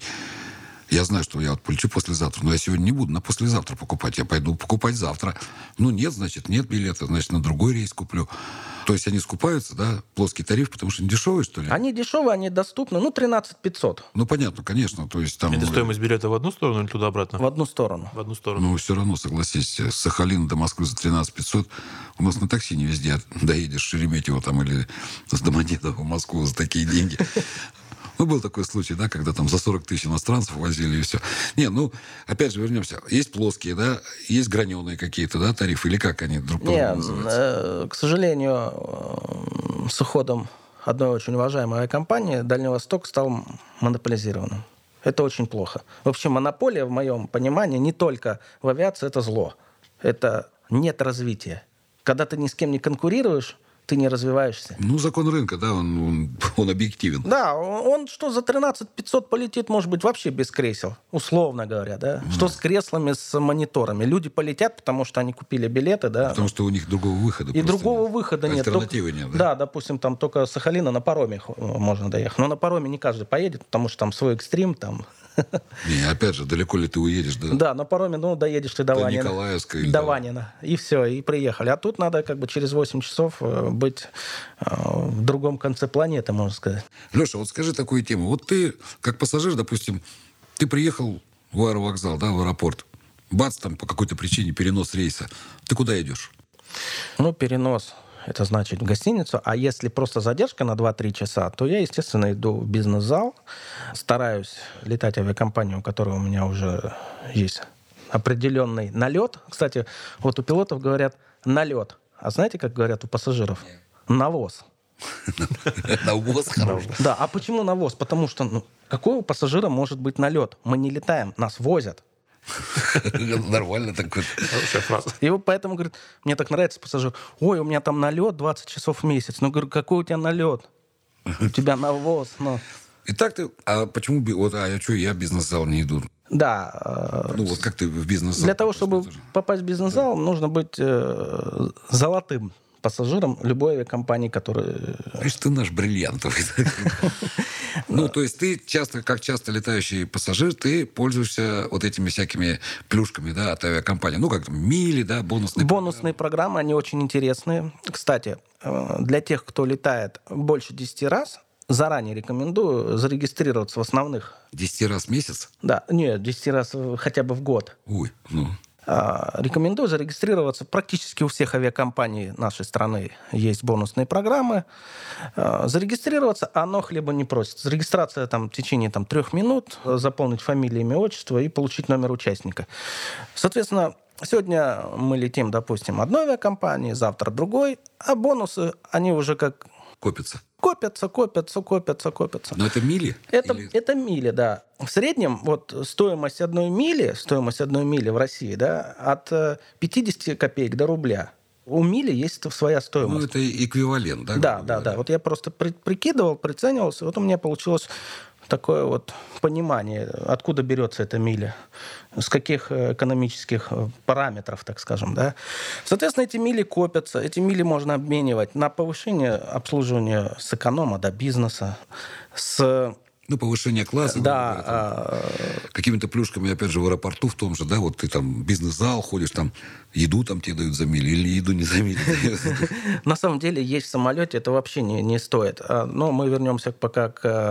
Я знаю, что я вот полечу послезавтра, но я сегодня не буду на послезавтра покупать. Я пойду покупать завтра. Ну, нет, значит, нет билета, значит, на другой рейс куплю. То есть они скупаются, да, плоский тариф, потому что они дешевые, что ли? Они дешевые, они доступны, ну, тринадцать пятьсот. Ну, понятно, конечно. То есть там... Это стоимость билета в одну сторону или туда-обратно? В одну сторону. В одну сторону. Ну, все равно, согласись, с Сахалина до Москвы за тринадцать пятьсот. У нас на такси не везде доедешь, Шереметьево там или с Домодедово в Москву за такие деньги. Ну, был такой случай, да, когда там за сорок тысяч иностранцев возили и все. Не, ну, опять же, вернемся. Есть плоские, да, есть граненые какие-то, да, тарифы, или как они друг по-другому называются? Э, к сожалению, э, с уходом одной очень уважаемой авиакомпании Дальний Восток стал монополизированным. Это очень плохо. Вообще монополия, в моем понимании, не только в авиации, это зло. Это нет развития. Когда ты ни с кем не конкурируешь, ты не развиваешься. Ну, закон рынка, да, он, он, он объективен. Да, он, он что за тринадцать пятьсот полетит, может быть, вообще без кресел, условно говоря, да? Mm. Что с креслами, с мониторами? Люди полетят, потому что они купили билеты, да? Потому что у них другого выхода И другого нет. выхода нет. Альтернативы Только, нет, да? Да, допустим, там только с Сахалина на пароме можно доехать. Но на пароме не каждый поедет, потому что там свой экстрим, там... Не, опять же, далеко ли ты уедешь, да? Да, на пароме, ну, доедешь ты до, до Ванина. Николаевска или до до... Ванина. И все, и приехали. А тут надо как бы через восемь часов быть в другом конце планеты, можно сказать. Леша, вот скажи такую тему. Вот ты, как пассажир, допустим, ты приехал в аэровокзал, да, в аэропорт. Бац, там по какой-то причине перенос рейса. Ты куда идешь? Ну, перенос... Это значит в гостиницу. А если просто задержка на два-три часа, то я, естественно, иду в бизнес-зал. Стараюсь летать авиакомпанию, у которой у меня уже есть определенный налет. Кстати, вот у пилотов говорят «налет». А знаете, как говорят у пассажиров? «Навоз». Навоз хороший. Да, а почему навоз? Потому что ну, какой у пассажира может быть налет? Мы не летаем, нас возят. Нормально такой. Хорошая фраза. И вот поэтому, говорит, мне так нравится пассажир. Ой, у меня там налет двадцать часов в месяц. Ну, говорю, какой у тебя налет? У тебя навоз. Ну. Итак, ты... А почему... Вот, а я что, я в бизнес-зал не иду? Да. Ну, вот как ты в бизнес-зал? Для того, чтобы попасть в бизнес-зал, нужно быть э, золотым пассажиром любой авиакомпании, которая... Видишь, ты наш бриллиантовый. Ну, то есть ты часто, как часто летающий пассажир, ты пользуешься вот этими всякими плюшками, да, от авиакомпании. Ну, как там, мили, да, бонусные Бонусные программы, они очень интересные. Кстати, для тех, кто летает больше десяти раз, заранее рекомендую зарегистрироваться в основных. десять раз в месяц? Да, нет, десять раз хотя бы в год. Ой, ну... Рекомендую зарегистрироваться. Практически у всех авиакомпаний нашей страны есть бонусные программы. Зарегистрироваться, оно хлеба не просит. Зарегистрация там, в течение там, трех минут, заполнить фамилию, имя, отчество и получить номер участника. Соответственно, сегодня мы летим, допустим, одной авиакомпании, завтра другой, а бонусы, они уже как... Копятся. Копятся, копятся, копятся, копятся. Но это мили? Это, Или... это мили, да. В среднем вот стоимость одной мили, стоимость одной мили в России, да, от пятьдесят копеек до рубля. У мили есть своя стоимость. Ну, это эквивалент, да? Да, да, да. Вот я просто при, прикидывал, приценивался, вот у меня получилось такое вот понимание, откуда берется эта миля, с каких экономических параметров, так скажем, да. Соответственно, эти мили копятся, эти мили можно обменивать на повышение обслуживания с эконома до бизнеса, с... Ну, повышение класса. Да. Говоря, а... Какими-то плюшками, опять же, в аэропорту в том же, да, вот ты там в бизнес-зал ходишь, там еду там тебе дают за мили или еду не за мили. На самом деле есть в самолете, это вообще не, не стоит. Но мы вернемся пока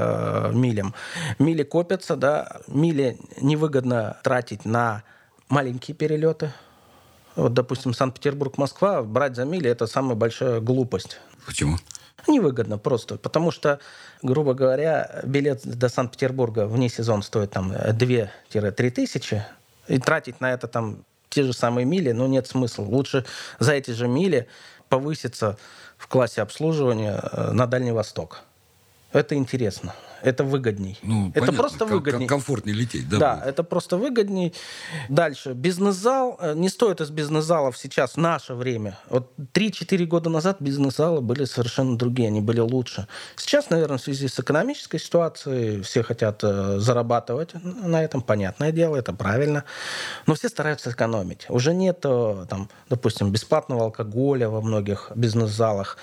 к милям. Мили копятся, да, мили невыгодно тратить на маленькие перелеты. Вот, допустим, Санкт-Петербург-Москва, брать за мили – это самая большая глупость. Почему? Невыгодно просто, потому что, грубо говоря, билет до Санкт-Петербурга вне сезон стоит там две-три тысячи, и тратить на это там те же самые мили, ну, нет смысла. Лучше за эти же мили повыситься в классе обслуживания на Дальний Восток. Это интересно. Это выгодней. Ну, это понятно, просто выгодней. Комфортнее лететь, да? Да, будет? это просто выгодней. Дальше. Бизнес-зал. Не стоит из бизнес-залов сейчас, в наше время. Вот три-четыре года назад бизнес-залы были совершенно другие, они были лучше. Сейчас, наверное, в связи с экономической ситуацией все хотят зарабатывать на этом, понятное дело, это правильно. Но все стараются экономить. Уже нет, там, допустим, бесплатного алкоголя во многих бизнес-залах,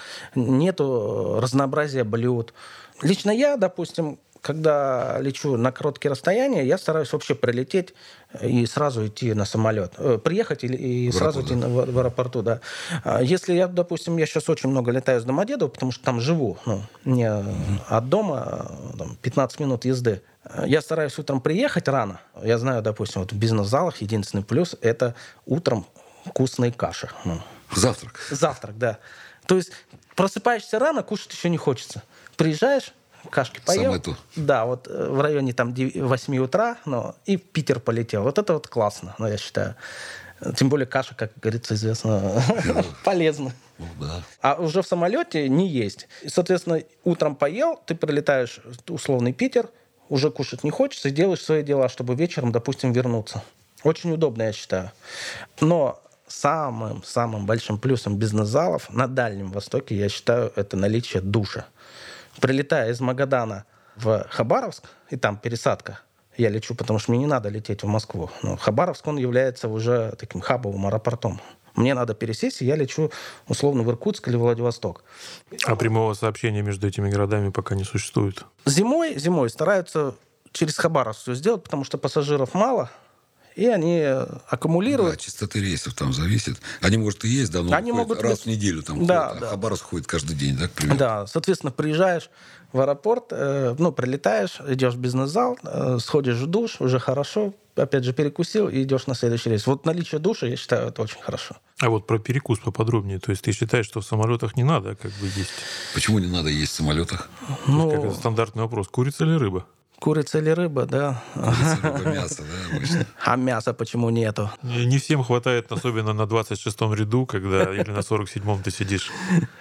нету разнообразия блюд. Лично я, допустим, когда лечу на короткие расстояния, я стараюсь вообще прилететь и сразу идти на самолет. Приехать и, и сразу идти да. в, в аэропорту, да. Если я, допустим, я сейчас очень много летаю с Домодедово, потому что там живу, ну, не mm-hmm. от дома там, пятнадцать минут езды. Я стараюсь утром приехать рано. Я знаю, допустим, вот в бизнес-залах единственный плюс – это утром вкусные каши. Ну. Завтрак. Завтрак, да. То есть просыпаешься рано, кушать еще не хочется. Приезжаешь, кашки поел. Самое то. Да, вот в районе там восемь утра, ну, и в Питер полетел. Вот это вот классно, ну, я считаю. Тем более каша, как говорится, известно, полезна. Ну, да. А уже в самолете не есть. И, соответственно, утром поел, ты прилетаешь в условный Питер, уже кушать не хочется, и делаешь свои дела, чтобы вечером, допустим, вернуться. Очень удобно, я считаю. Но самым-самым большим плюсом бизнес-залов на Дальнем Востоке, я считаю, это наличие душа. Прилетая из Магадана в Хабаровск, и там пересадка, я лечу, потому что мне не надо лететь в Москву. Но Хабаровск, он является уже таким хабовым аэропортом. Мне надо пересесть, и я лечу условно в Иркутск или Владивосток. А прямого сообщения между этими городами пока не существует? Зимой, зимой стараются через Хабаровск все сделать, потому что пассажиров мало, и они аккумулируют. Да, частоты рейсов там зависит. Они, может, и есть, да, но Они могут раз быть... в неделю там да, ходят, да. а Хабаровск ходит каждый день, да, к примеру? Да, соответственно, приезжаешь в аэропорт, э, ну, прилетаешь, идешь в бизнес-зал, э, сходишь в душ, уже хорошо, опять же, перекусил и идешь на следующий рейс. Вот наличие душа, я считаю, это очень хорошо. А вот про перекус поподробнее. То есть ты считаешь, что в самолетах не надо как бы есть? Почему не надо есть в самолетах? Ну, Как это стандартный вопрос. Курица или рыба? Курица или рыба, да. Курица, рыба, мясо, да, обычно. А мяса почему нету? Не не всем хватает, особенно на двадцать шестом ряду, когда или на сорок седьмом ты сидишь.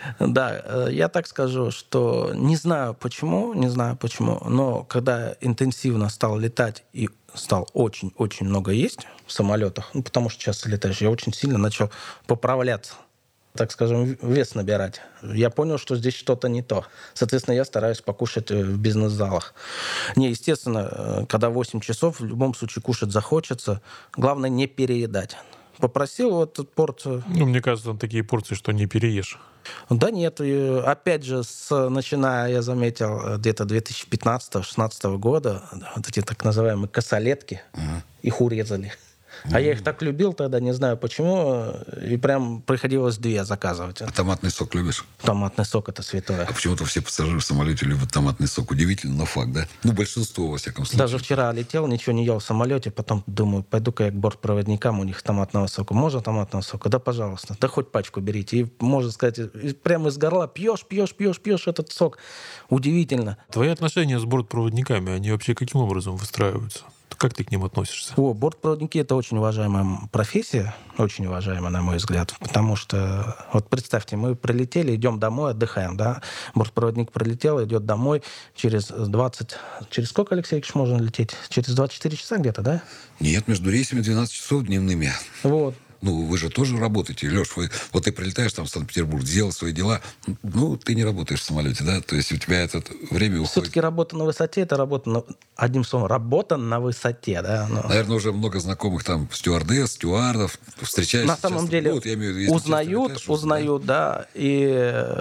Да, э, я так скажу, что не знаю почему, не знаю почему, но когда интенсивно стал летать и стал очень-очень много есть в самолетах, ну, потому что часто летаешь, я очень сильно начал поправляться, так скажем, вес набирать. Я понял, что здесь что-то не то. Соответственно, я стараюсь покушать в бизнес-залах. Не, естественно, когда восемь часов, в любом случае кушать захочется. Главное, не переедать. Попросил вот порцию. Ну, мне кажется, там такие порции, что не переешь. Да нет, и опять же, с, начиная, я заметил, где-то две тысячи пятнадцатого-шестнадцатого года, вот эти так называемые косолетки, uh-huh. их урезали. Mm. А я их так любил тогда, не знаю почему, и прям приходилось две заказывать. А томатный сок любишь? Томатный сок — это святое. А почему-то все пассажиры в самолете любят томатный сок. Удивительно, но факт, да? Ну, большинство, во всяком случае. Даже вчера летел, ничего не ел в самолете, потом думаю, пойду-ка я к бортпроводникам, у них томатного сока. Можно томатного сока? Да, пожалуйста. Да хоть пачку берите. И, можно сказать, прямо из горла пьешь, пьешь, пьешь, пьешь этот сок. Удивительно. Твои отношения с бортпроводниками, они вообще каким образом выстраиваются? Как ты к ним относишься? О, бортпроводники — это очень уважаемая профессия, очень уважаемая, на мой взгляд, потому что, вот представьте, мы прилетели, идем домой, отдыхаем, да, бортпроводник прилетел, идет домой, через двадцать... Через сколько, Алексей Ильич, можно лететь? Через двадцать четыре часа где-то, да? Нет, между рейсами двенадцать часов дневными. Вот. Ну, вы же тоже работаете, Леш. Вы, вот ты прилетаешь там в Санкт-Петербург, сделал свои дела. Ну, ты не работаешь в самолете, да? То есть у тебя это время уходит. Все-таки работа на высоте — это работа, на... одним словом, работа на высоте, да? Но... Наверное, уже много знакомых там стюардесс, стюардов. Встречаешься на самом часто. деле Ну, вот я имею в виду, узнают, летаешь, узнают, да. да. И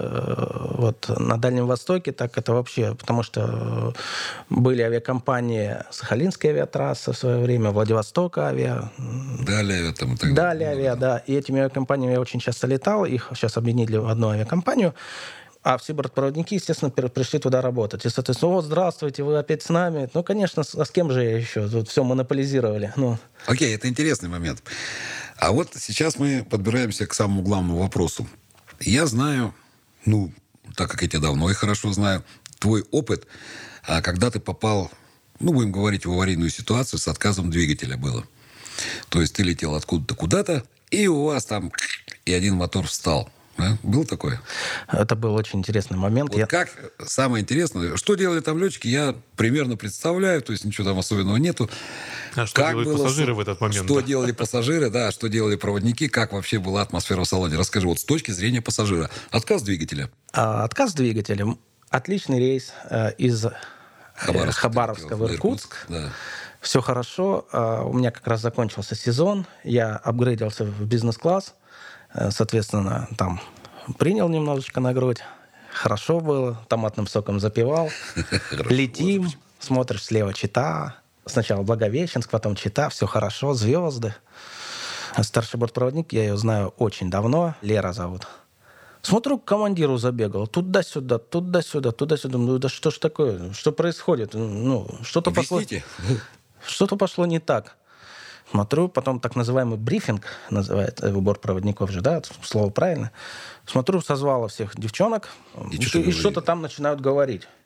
э, вот на Дальнем Востоке так это вообще, потому что были авиакомпании, Сахалинская авиатрасса в свое время, Владивосток авиа. Далее авиа там и так далее. Далее авиа, да. И этими авиакомпаниями я очень часто летал. Их сейчас объединили в одну авиакомпанию. А все бортпроводники, естественно, пришли туда работать. И, соответственно, вот, здравствуйте, вы опять с нами. Ну, конечно, а с кем же я еще? Тут все монополизировали. Ну. Окей, это интересный момент. А вот сейчас мы подбираемся к самому главному вопросу. Я знаю, ну, так как я тебя давно и хорошо знаю, твой опыт, когда ты попал, ну, будем говорить, в аварийную ситуацию с отказом двигателя было. То есть ты летел откуда-то куда-то, и у вас там и один мотор встал. Да? Был такое? Это был очень интересный момент. Вот я... как, самое интересное, что делали там летчики, я примерно представляю, то есть ничего там особенного нету. А что как делали было, пассажиры в этот момент? Что делали пассажиры, да, что делали проводники, как вообще была атмосфера в салоне. Расскажи, вот с точки зрения пассажира. Отказ двигателя. А, отказ двигателя. Отличный рейс э, из Хабаровска, Хабаровска в Иркутск. Иркутск да. Все хорошо. У меня как раз закончился сезон. Я апгрейдился в бизнес-класс. Соответственно, там принял немножечко на грудь. Хорошо было. Томатным соком запивал. Летим. Смотришь, слева Чита. Сначала Благовещенск, потом Чита. Все хорошо. Звезды. Старший бортпроводник, я ее знаю очень давно. Лера зовут. Смотрю, к командиру забегал. Туда-сюда, туда-сюда, туда-сюда. Ну, да что ж такое? Что происходит? Ну, что-то пошло... Что-то пошло не так. Смотрю, потом так называемый брифинг, называет его бортпроводников же, да, слово правильно. Смотрю, созвала всех девчонок, и, и что-то там начинают говорить.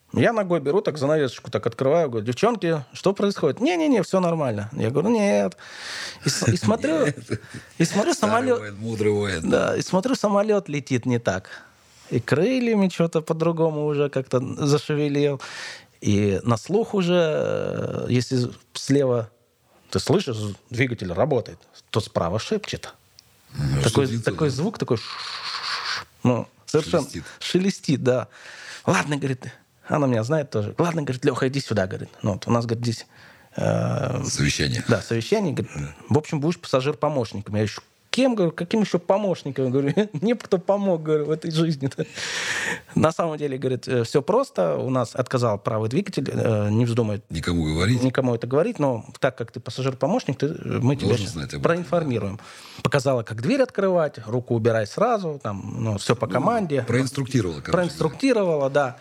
Я ногой беру, так занавесочку так открываю, говорю, девчонки, что происходит? Не-не-не, все нормально. Я говорю, нет. И, и смотрю, и смотрю самолет... Воин, мудрый воин. Да, и смотрю, самолет летит не так. И крыльями что-то по-другому уже как-то зашевелил. И на слух уже, если слева ты слышишь, двигатель работает, то справа шепчет. А такой что такой да? звук, такой... Ну, совершенно... Шелестит. Шелестит, да. Ладно, говорит, она меня знает тоже. Ладно, говорит, Леха, иди сюда, говорит. Ну, вот у нас, говорит, здесь... Э, Совещание. Да, совещание. Говорит, в общем, будешь пассажир-помощником. Я еще кем, говорю, каким еще помощником? Я говорю, мне кто помог, говорю, в этой жизни-то. На самом деле, говорит, все просто. У нас отказал правый двигатель, не вздумай Никому говорить. никому это говорить, но так как ты пассажир-помощник, ты, мы тебя Должен сейчас знать об этом. проинформируем. Показала, как дверь открывать, руку убирай сразу, там, ну, все по команде. Проинструктировала, короче. Проинструктировала, да.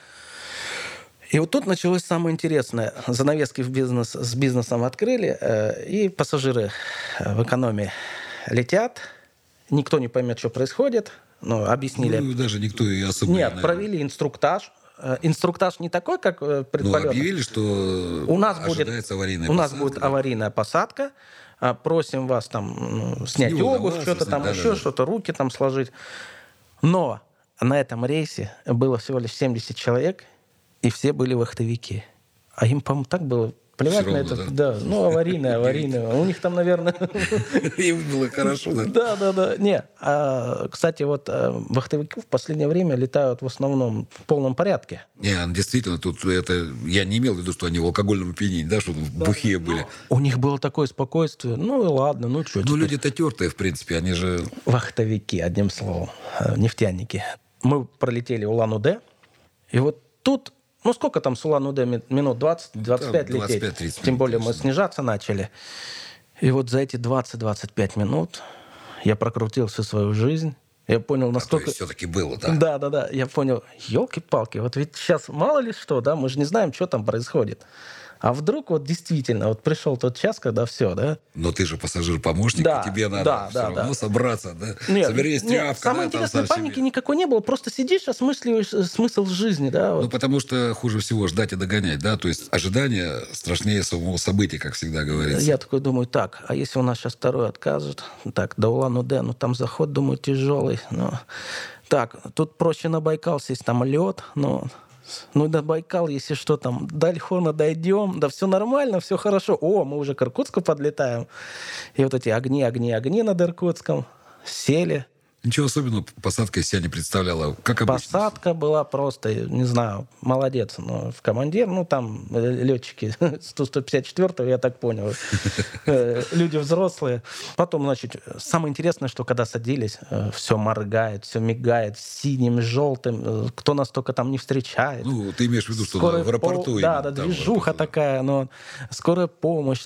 И вот тут началось самое интересное. Занавески в бизнес, с бизнесом открыли, э, и пассажиры в экономии летят. Никто не поймет, что происходит. Ну, объяснили. Ну, даже никто и особо... Нет, наверное, провели инструктаж. Э, Инструктаж не такой, как э, Ну, предполет. объявили, что У нас будет, ожидается аварийная у нас посадка. будет аварийная посадка. А, Просим вас там ну, снять него обувь, на вас, что-то там, да, еще да, да. что-то, руки там сложить. Но на этом рейсе было всего лишь семьдесят человек, и все были вахтовики. А им, по-моему, так было плевать Всё на равно, это. да? Да, ну, аварийная, аварийная. У них там, наверное... Им было хорошо, да? Да, да, да. Не, а, кстати, вот а, вахтовики в последнее время летают в основном в полном порядке. Не, действительно, тут это... Я не имел в виду, что они в алкогольном опьянении, да, что бухие были. У них было такое спокойствие. Ну и ладно, ну что. Ну, люди-то тертые, в принципе, они же... Вахтовики, одним словом, э, нефтяники. Мы пролетели Улан-Удэ, и вот тут, ну сколько там с Улан-Удэ, ми- минут двадцать-двадцать пять Да, лететь? двадцать пять тридцать Тем минут, более мы конечно. снижаться начали. И вот за эти двадцать-двадцать пять минут я прокрутил всю свою жизнь. Я понял, А то насколько... есть все-таки было, да? Да, да, да. Я понял, елки-палки, вот ведь сейчас мало ли что, да, мы же не знаем, что там происходит. А вдруг вот действительно вот пришел тот час, когда все, да? Но ты же пассажир-помощник, Да, и тебе надо да, все да, равно да. собраться, да? Нет, Соберись, нет, тряпка, самой да, там интересной со всеми. паники никакой не было. Просто сидишь, осмысливаешь э, смысл жизни, да? Ну, Вот. потому что хуже всего ждать и догонять, да? То есть ожидание страшнее самого события, как всегда говорится. Я такой думаю, так, а если у нас сейчас второй откажет? Так, до Улан-Удэ, ну там заход, думаю, тяжелый. Ну, так, тут проще на Байкал сесть, там лед, ну... Ну, на Байкал, если что, там, до Ольхона дойдем, да все нормально, все хорошо. О, мы уже к Иркутску подлетаем. И вот эти огни, огни, огни над Иркутском. Сели. Ничего особенного посадка из себя не представляла. Как обычно. Посадка была просто, не знаю, молодец. Но в командир, ну, там летчики сто пятьдесят четвёртого, я так понял, э, люди взрослые. Потом, значит, самое интересное, что когда садились, все моргает, все мигает синим, желтым. э, Кто нас только там не встречает. Ну, ты имеешь в виду, что Скорая в аэропорту пол- именно, Да, да, там, в движуха аэропорту, да. такая, но скорая помощь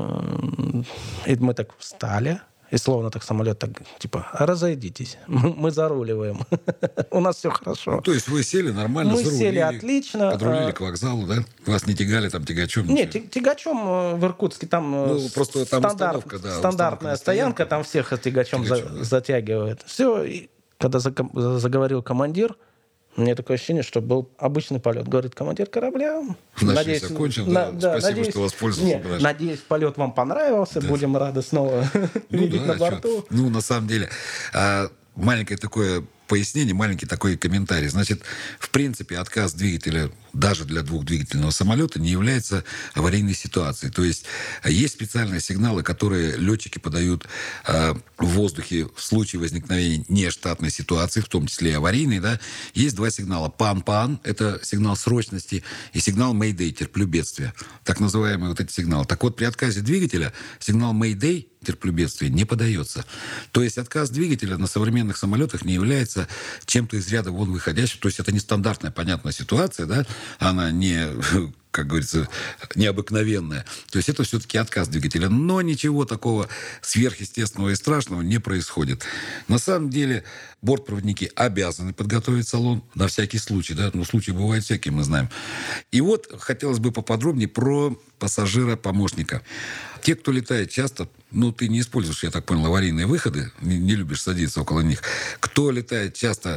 там. э, И мы так встали, и словно так самолет так, типа, разойдитесь, мы, мы заруливаем, у нас все хорошо. То есть вы сели нормально, Мы зарулили, сели отлично. подрулили а, к вокзалу, да? Вас не тягали там тягачом? Нет, ничего? ти- тягачом э, в Иркутске там, э, Ну, просто там стандарт- установка, да, стандартная установка на стоянка, стоянку. там всех тягачом, за- Тягачом, да. затягивает. Все, и когда заком- заговорил командир, у меня такое ощущение, что был обычный полет. Говорит, командир корабля. Значит, всё кончено, да. Спасибо, что воспользовался, Не, Браш. надеюсь, полет вам понравился. Будем рады снова Ну видеть да, на борту. чё. Ну, на самом деле, а, маленькое такое пояснение, маленький такой комментарий. Значит, в принципе, отказ двигателя даже для двухдвигательного самолета не является аварийной ситуацией. То есть есть специальные сигналы, которые летчики подают э, в воздухе в случае возникновения нештатной ситуации, в том числе и аварийной. Да? Есть два сигнала. Пан-пан – это сигнал срочности, и сигнал Мэйдэй – терплю бедствие. Так называемые вот эти сигналы. Так вот, при отказе двигателя сигнал Мэйдэй – терплю бедствие не подается. То есть отказ двигателя на современных самолетах не является чем-то из ряда вон выходящим. То есть это не стандартная, понятная ситуация, да? Она не, как говорится, необыкновенная. То есть это все-таки отказ двигателя. Но ничего такого сверхъестественного и страшного не происходит. На самом деле бортпроводники обязаны подготовить салон на всякий случай. Да? Ну, случаи бывают всякие, мы знаем. И вот хотелось бы поподробнее про пассажира-помощника. Те, кто летает часто, ну, ты не используешь, я так понял, аварийные выходы, не, не любишь садиться около них. Кто летает часто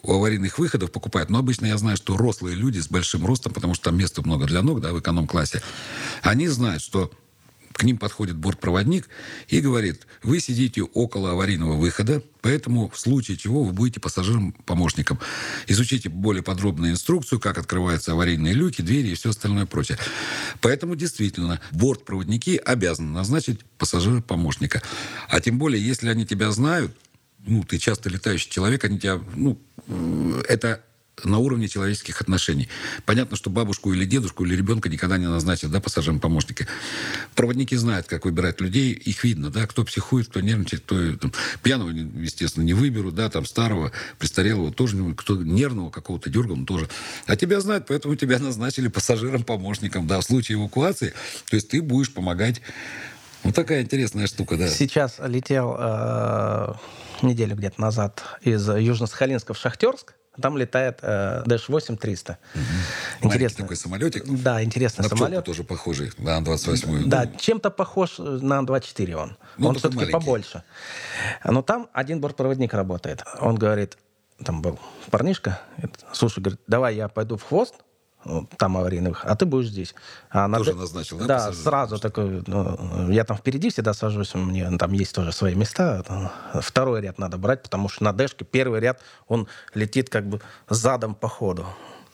у аварийных выходов покупают. Но обычно я знаю, что рослые люди с большим ростом, потому что там места много для ног, да, в эконом-классе, они знают, что к ним подходит бортпроводник и говорит: вы сидите около аварийного выхода, поэтому в случае чего вы будете пассажиром-помощником. Изучите более подробную инструкцию, как открываются аварийные люки, двери и все остальное прочее. Поэтому действительно бортпроводники обязаны назначить пассажира-помощника. А тем более, если они тебя знают, ну, ты часто летающий человек, они тебя, ну, это на уровне человеческих отношений. Понятно, что бабушку или дедушку или ребенка никогда не назначат, да, пассажиром-помощника. Проводники знают, как выбирать людей, их видно, да, кто психует, кто нервничает, кто там, пьяного, естественно, не выберут, да, там старого, престарелого тоже, кто нервного какого-то дерганого тоже. А тебя знают, поэтому тебя назначили пассажиром-помощником, да, в случае эвакуации. То есть ты будешь помогать. Вот такая интересная штука, да. Сейчас летел э, неделю где-то назад из Южно-Сахалинска в Шахтерск. Там летает э, Дэш восемь триста. Угу. Интересный такой самолетик. Да, интересный на самолет. тоже похожий на Ан двадцать восемь. Да, ну, чем-то похож на Ан двадцать четыре он. Ну, он все-таки маленький. Побольше. Но там один бортпроводник работает. Он говорит, там был парнишка, слушай, говорит, давай я пойду в хвост, там аварийных, а ты будешь здесь. А тоже на... назначил, да? Да, пассажир? Сразу такой, ну, я там впереди всегда сажусь, у меня там есть тоже свои места. Второй ряд надо брать, потому что на Дэшке первый ряд, он летит как бы задом по ходу.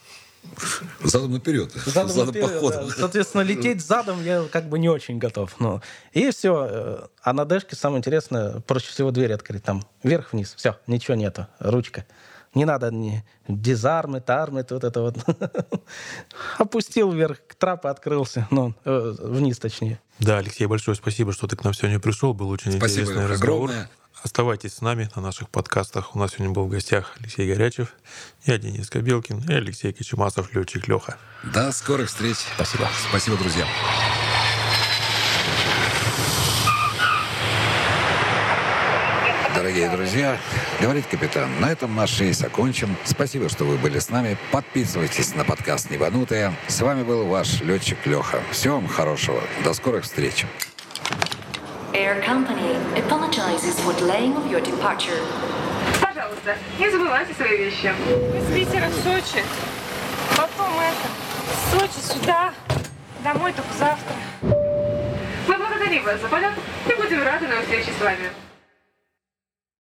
Задом наперед. Задом, задом наперед, по ходу. Да. Соответственно, лететь задом я как бы не очень готов. Ну. И все. А на Дэшке самое интересное, проще всего дверь открыть. Там вверх-вниз. Все, ничего нету. Ручка. Не надо ни дизармы, тармы, вот это вот. Опустил вверх, трап открылся. Ну, э, вниз точнее. Да, Алексей, большое спасибо, что ты к нам сегодня пришел. Был очень спасибо интересный разговор. Огромное. Оставайтесь с нами на наших подкастах. У нас сегодня был в гостях Алексей Горячев, я Денис Кобелкин и Алексей Кочемасов, летчик Леха. До скорых встреч. Спасибо. Спасибо, друзья. Дорогие друзья, говорит капитан, на этом наш рейс окончен. Спасибо, что вы были с нами. Подписывайтесь на подкаст «Небанутые». С вами был ваш летчик Леха. Всего вам хорошего. До скорых встреч. Air Company apologizes for delaying of your departure. Пожалуйста, не забывайте свои вещи. Из Питера в Сочи. Потом это, с Сочи сюда. Домой только завтра. Мы благодарим вас за полет и будем рады на встрече с вами.